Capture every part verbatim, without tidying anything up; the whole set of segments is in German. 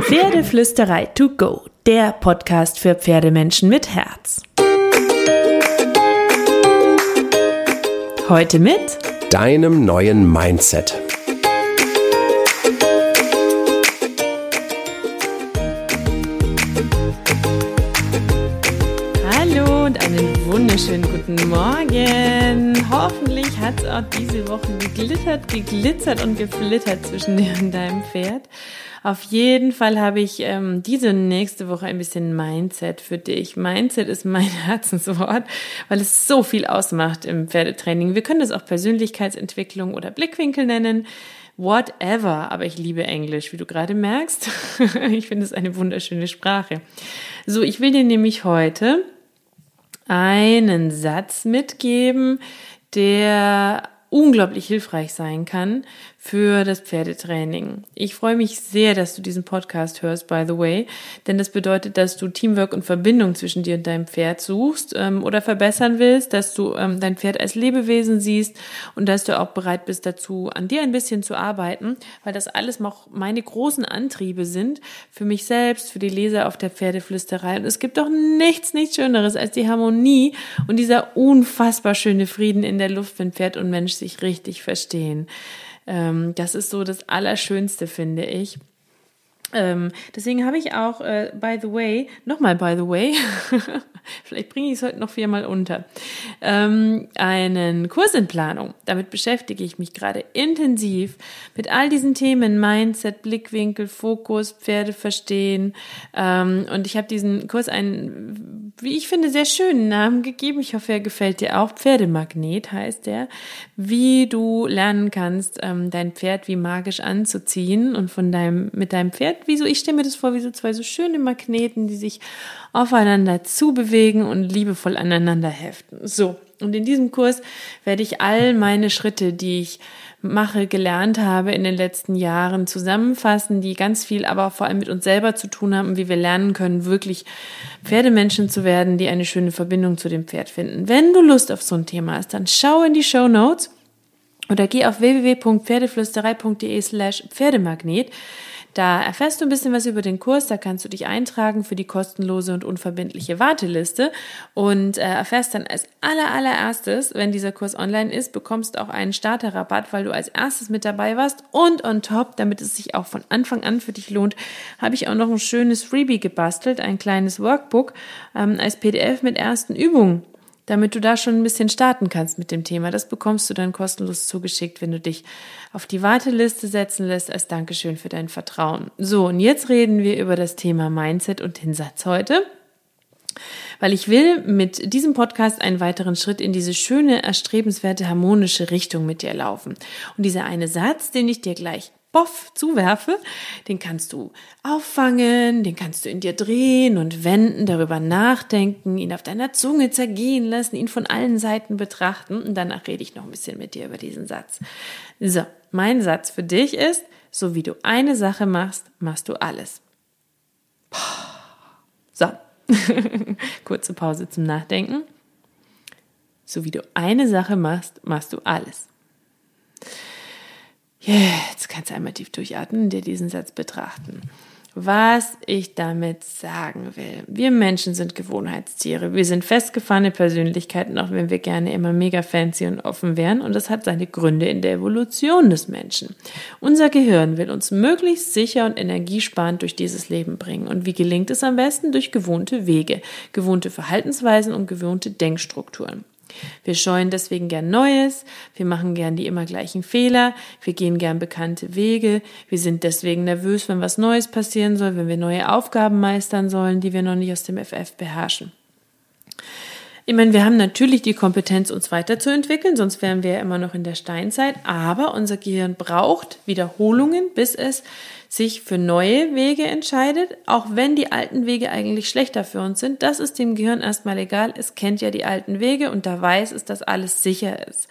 Pferdeflüsterei to go, der Podcast für Pferdemenschen mit Herz. Heute mit deinem neuen Mindset. Hallo und einen wunderschönen guten Morgen. Hoffentlich hat es auch diese Woche geglittert, geglitzert und geflittert zwischen dir und deinem Pferd. Auf jeden Fall habe ich ähm, diese nächste Woche ein bisschen Mindset für dich. Mindset ist mein Herzenswort, weil es so viel ausmacht im Pferdetraining. Wir können das auch Persönlichkeitsentwicklung oder Blickwinkel nennen, whatever. Aber ich liebe Englisch, wie du gerade merkst. Ich finde es eine wunderschöne Sprache. So, ich will dir nämlich heute einen Satz mitgeben, der unglaublich hilfreich sein kann für das Pferdetraining. Ich freue mich sehr, dass du diesen Podcast hörst, by the way, denn das bedeutet, dass du Teamwork und Verbindung zwischen dir und deinem Pferd suchst ähm, oder verbessern willst, dass du ähm, dein Pferd als Lebewesen siehst und dass du auch bereit bist dazu, an dir ein bisschen zu arbeiten, weil das alles auch meine großen Antriebe sind, für mich selbst, für die Leser auf der Pferdeflüsterei. Und es gibt doch nichts, nichts Schöneres als die Harmonie und dieser unfassbar schöne Frieden in der Luft, wenn Pferd und Mensch sich richtig verstehen. Das ist so das Allerschönste, finde ich. Ähm, deswegen habe ich auch, äh, by the way, nochmal by the way, vielleicht bringe ich es heute noch viermal unter, ähm, einen Kurs in Planung. Damit beschäftige ich mich gerade intensiv mit all diesen Themen, Mindset, Blickwinkel, Fokus, Pferde verstehen. Ähm, und ich habe diesen Kurs einen, wie ich finde, sehr schönen Namen gegeben. Ich hoffe, er gefällt dir auch. Pferdemagnet heißt der. Wie du lernen kannst, ähm, dein Pferd wie magisch anzuziehen und von deinem, mit deinem Pferd wie so, ich stelle mir das vor, wie so zwei so schöne Magneten, die sich aufeinander zubewegen und liebevoll aneinander heften. So, und in diesem Kurs werde ich all meine Schritte, die ich mache, gelernt habe in den letzten Jahren, zusammenfassen, die ganz viel aber vor allem mit uns selber zu tun haben, wie wir lernen können, wirklich Pferdemenschen zu werden, die eine schöne Verbindung zu dem Pferd finden. Wenn du Lust auf so ein Thema hast, dann schau in die Shownotes oder geh auf w w w punkt pferdeflüsterei punkt de slash Pferdemagnet. Da erfährst du ein bisschen was über den Kurs, da kannst du dich eintragen für die kostenlose und unverbindliche Warteliste und äh, erfährst dann als aller, allererstes, wenn dieser Kurs online ist, bekommst auch einen Starterrabatt, weil du als erstes mit dabei warst und on top, damit es sich auch von Anfang an für dich lohnt, habe ich auch noch ein schönes Freebie gebastelt, ein kleines Workbook ähm, als P D F mit ersten Übungen, damit du da schon ein bisschen starten kannst mit dem Thema. Das bekommst du dann kostenlos zugeschickt, wenn du dich auf die Warteliste setzen lässt, als Dankeschön für dein Vertrauen. So, und jetzt reden wir über das Thema Mindset und den Satz heute, weil ich will mit diesem Podcast einen weiteren Schritt in diese schöne, erstrebenswerte, harmonische Richtung mit dir laufen. Und dieser eine Satz, den ich dir gleich Boff zuwerfe, den kannst du auffangen, den kannst du in dir drehen und wenden, darüber nachdenken, ihn auf deiner Zunge zergehen lassen, ihn von allen Seiten betrachten und danach rede ich noch ein bisschen mit dir über diesen Satz. So, mein Satz für dich ist, so wie du eine Sache machst, machst du alles. So, kurze Pause zum Nachdenken. So wie du eine Sache machst, machst du alles. Jetzt kannst du einmal tief durchatmen und dir diesen Satz betrachten. Was ich damit sagen will. Wir Menschen sind Gewohnheitstiere. Wir sind festgefahrene Persönlichkeiten, auch wenn wir gerne immer mega fancy und offen wären. Und das hat seine Gründe in der Evolution des Menschen. Unser Gehirn will uns möglichst sicher und energiesparend durch dieses Leben bringen. Und wie gelingt es am besten? Durch gewohnte Wege, gewohnte Verhaltensweisen und gewohnte Denkstrukturen. Wir scheuen deswegen gern Neues, wir machen gern die immer gleichen Fehler, wir gehen gern bekannte Wege, wir sind deswegen nervös, wenn was Neues passieren soll, wenn wir neue Aufgaben meistern sollen, die wir noch nicht aus dem F F beherrschen. Ich meine, wir haben natürlich die Kompetenz, uns weiterzuentwickeln, sonst wären wir ja immer noch in der Steinzeit, aber unser Gehirn braucht Wiederholungen, bis es sich für neue Wege entscheidet, auch wenn die alten Wege eigentlich schlechter für uns sind. Das ist dem Gehirn erstmal egal, es kennt ja die alten Wege und da weiß es, dass alles sicher ist.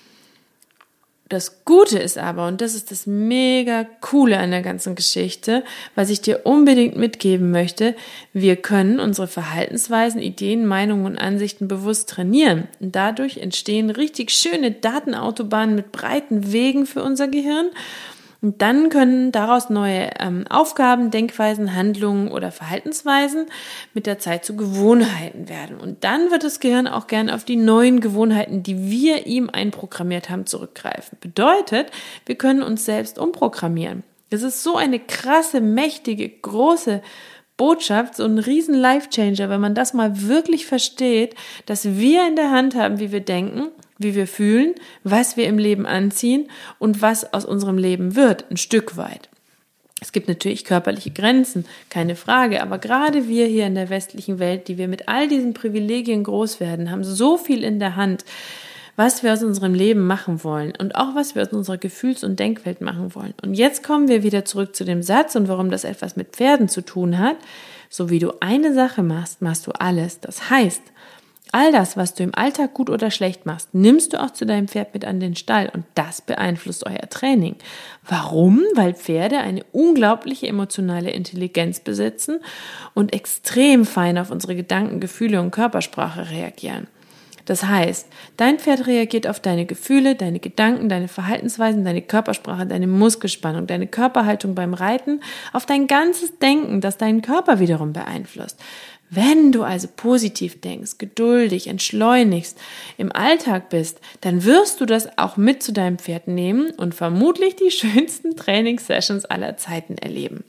Das Gute ist aber, und das ist das mega Coole an der ganzen Geschichte, was ich dir unbedingt mitgeben möchte, wir können unsere Verhaltensweisen, Ideen, Meinungen und Ansichten bewusst trainieren. Und dadurch entstehen richtig schöne Datenautobahnen mit breiten Wegen für unser Gehirn. Und dann können daraus neue ähm, Aufgaben, Denkweisen, Handlungen oder Verhaltensweisen mit der Zeit zu Gewohnheiten werden. Und dann wird das Gehirn auch gern auf die neuen Gewohnheiten, die wir ihm einprogrammiert haben, zurückgreifen. Bedeutet, wir können uns selbst umprogrammieren. Das ist so eine krasse, mächtige, große Botschaft, so ein riesen Life-Changer, wenn man das mal wirklich versteht, dass wir in der Hand haben, wie wir denken, wie wir fühlen, was wir im Leben anziehen und was aus unserem Leben wird, ein Stück weit. Es gibt natürlich körperliche Grenzen, keine Frage, aber gerade wir hier in der westlichen Welt, die wir mit all diesen Privilegien groß werden, haben so viel in der Hand, was wir aus unserem Leben machen wollen und auch was wir aus unserer Gefühls- und Denkwelt machen wollen. Und jetzt kommen wir wieder zurück zu dem Satz und warum das etwas mit Pferden zu tun hat. So wie du eine Sache machst, machst du alles. Das heißt, all das, was du im Alltag gut oder schlecht machst, nimmst du auch zu deinem Pferd mit an den Stall und das beeinflusst euer Training. Warum? Weil Pferde eine unglaubliche emotionale Intelligenz besitzen und extrem fein auf unsere Gedanken, Gefühle und Körpersprache reagieren. Das heißt, dein Pferd reagiert auf deine Gefühle, deine Gedanken, deine Verhaltensweisen, deine Körpersprache, deine Muskelspannung, deine Körperhaltung beim Reiten, auf dein ganzes Denken, das deinen Körper wiederum beeinflusst. Wenn du also positiv denkst, geduldig, entschleunigst, im Alltag bist, dann wirst du das auch mit zu deinem Pferd nehmen und vermutlich die schönsten Trainingssessions aller Zeiten erleben.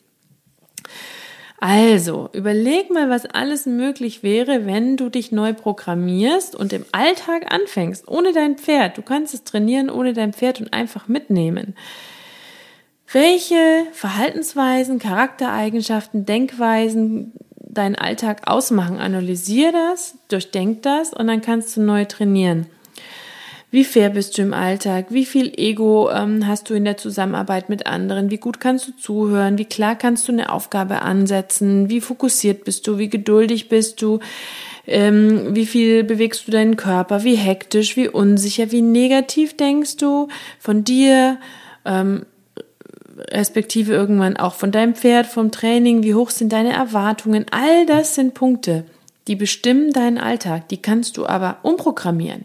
Also, überleg mal, was alles möglich wäre, wenn du dich neu programmierst und im Alltag anfängst, ohne dein Pferd. Du kannst es trainieren ohne dein Pferd und einfach mitnehmen. Welche Verhaltensweisen, Charaktereigenschaften, Denkweisen deinen Alltag ausmachen? Analysier das, durchdenk das und dann kannst du neu trainieren. Wie fair bist du im Alltag? Wie viel Ego ähm, hast du in der Zusammenarbeit mit anderen? Wie gut kannst du zuhören? Wie klar kannst du eine Aufgabe ansetzen? Wie fokussiert bist du? Wie geduldig bist du? Ähm, wie viel bewegst du deinen Körper? Wie hektisch? Wie unsicher? Wie negativ denkst du von dir? Ähm, respektive irgendwann auch von deinem Pferd, vom Training? Wie hoch sind deine Erwartungen? All das sind Punkte, die bestimmen deinen Alltag. Die kannst du aber umprogrammieren.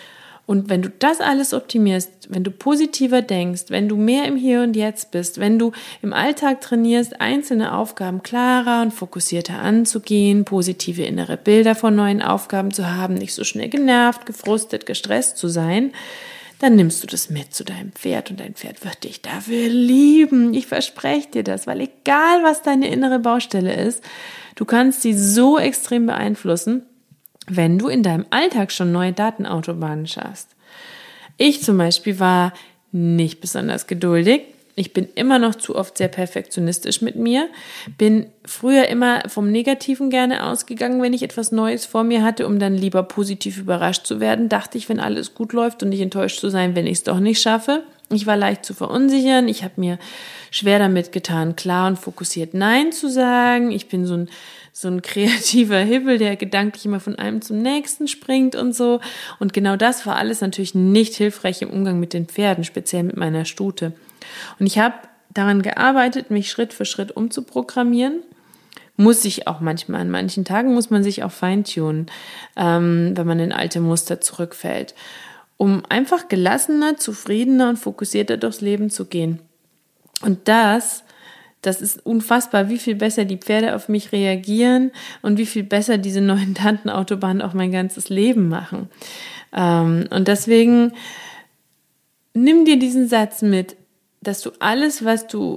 Und wenn du das alles optimierst, wenn du positiver denkst, wenn du mehr im Hier und Jetzt bist, wenn du im Alltag trainierst, einzelne Aufgaben klarer und fokussierter anzugehen, positive innere Bilder von neuen Aufgaben zu haben, nicht so schnell genervt, gefrustet, gestresst zu sein, dann nimmst du das mit zu deinem Pferd und dein Pferd wird dich dafür lieben. Ich verspreche dir das, weil egal was deine innere Baustelle ist, du kannst sie so extrem beeinflussen, wenn du in deinem Alltag schon neue Datenautobahnen schaffst. Ich zum Beispiel war nicht besonders geduldig. Ich bin immer noch zu oft sehr perfektionistisch mit mir. Bin früher immer vom Negativen gerne ausgegangen, wenn ich etwas Neues vor mir hatte, um dann lieber positiv überrascht zu werden. Dachte ich, wenn alles gut läuft und nicht enttäuscht zu sein, wenn ich es doch nicht schaffe. Ich war leicht zu verunsichern. Ich habe mir schwer damit getan, klar und fokussiert Nein zu sagen. Ich bin so ein so ein kreativer Hibbel, der gedanklich immer von einem zum nächsten springt und so. Und genau das war alles natürlich nicht hilfreich im Umgang mit den Pferden, speziell mit meiner Stute. Und ich habe daran gearbeitet, mich Schritt für Schritt umzuprogrammieren. Muss ich auch manchmal, an manchen Tagen muss man sich auch feintunen, ähm, wenn man in alte Muster zurückfällt, um einfach gelassener, zufriedener und fokussierter durchs Leben zu gehen. Und das Das ist unfassbar, wie viel besser die Pferde auf mich reagieren und wie viel besser diese neuen Datenautobahnen auch mein ganzes Leben machen. Und deswegen nimm dir diesen Satz mit, dass du alles, was du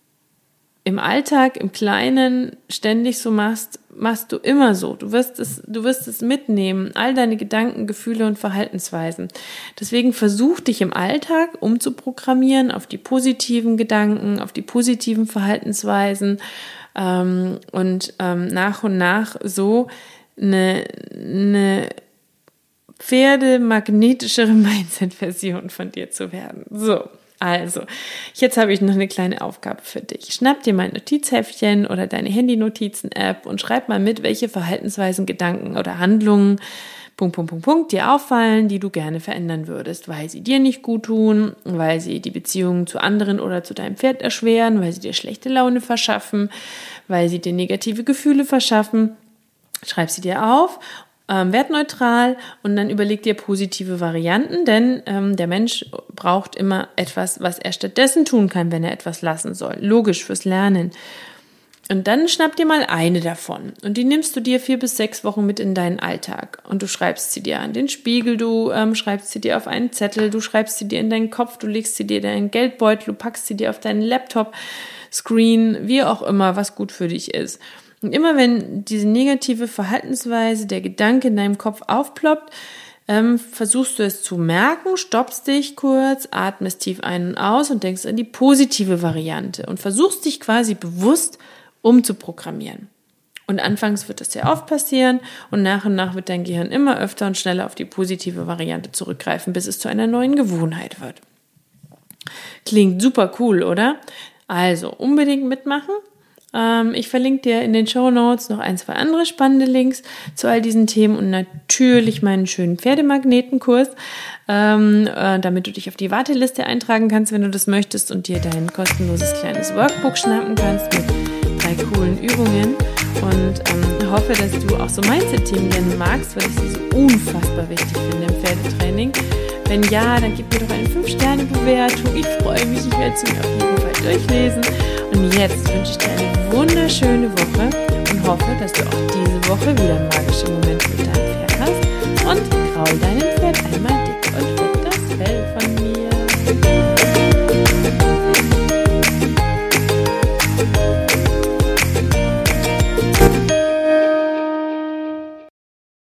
im Alltag, im Kleinen ständig so machst, machst du immer so. Du wirst es, du wirst es mitnehmen, all deine Gedanken, Gefühle und Verhaltensweisen. Deswegen versuch dich im Alltag umzuprogrammieren auf die positiven Gedanken, auf die positiven Verhaltensweisen ähm, und ähm, nach und nach so eine, eine pferdemagnetischere Mindset-Version von dir zu werden. So. Also, jetzt habe ich noch eine kleine Aufgabe für dich. Schnapp dir mein Notizheftchen oder deine Handy-Notizen-App und schreib mal mit, welche Verhaltensweisen, Gedanken oder Handlungen, Punkt, Punkt, Punkt, Punkt, dir auffallen, die du gerne verändern würdest, weil sie dir nicht gut tun, weil sie die Beziehung zu anderen oder zu deinem Pferd erschweren, weil sie dir schlechte Laune verschaffen, weil sie dir negative Gefühle verschaffen. Schreib sie dir auf ähm, wertneutral und dann überleg dir positive Varianten, denn ähm, der Mensch braucht immer etwas, was er stattdessen tun kann, wenn er etwas lassen soll. Logisch fürs Lernen. Und dann schnapp dir mal eine davon und die nimmst du dir vier bis sechs Wochen mit in deinen Alltag und du schreibst sie dir an den Spiegel, du ähm, schreibst sie dir auf einen Zettel, du schreibst sie dir in deinen Kopf, du legst sie dir in deinen Geldbeutel, du packst sie dir auf deinen Laptop-Screen, wie auch immer, was gut für dich ist. Und immer wenn diese negative Verhaltensweise, der Gedanke in deinem Kopf aufploppt, ähm, versuchst du es zu merken, stoppst dich kurz, atmest tief ein und aus und denkst an die positive Variante und versuchst dich quasi bewusst umzuprogrammieren. Und anfangs wird das sehr oft passieren und nach und nach wird dein Gehirn immer öfter und schneller auf die positive Variante zurückgreifen, bis es zu einer neuen Gewohnheit wird. Klingt super cool, oder? Also unbedingt mitmachen. Ähm, ich verlinke dir in den Shownotes noch ein, zwei andere spannende Links zu all diesen Themen und natürlich meinen schönen Pferdemagnetenkurs, ähm, äh, damit du dich auf die Warteliste eintragen kannst, wenn du das möchtest und dir dein kostenloses kleines Workbook schnappen kannst mit drei coolen Übungen und ähm, hoffe, dass du auch so Mindset-Themen gerne magst, weil ich sie so unfassbar wichtig finde im Pferdetraining. Wenn ja, dann gib mir doch eine fünf Sterne Bewertung. Ich freue mich, ich werde sie mir auf jeden Fall durchlesen. Und jetzt wünsche ich dir eine wunderschöne Woche und hoffe, dass du auch diese Woche wieder magische Momente mit deinem Pferd hast und kraul deinen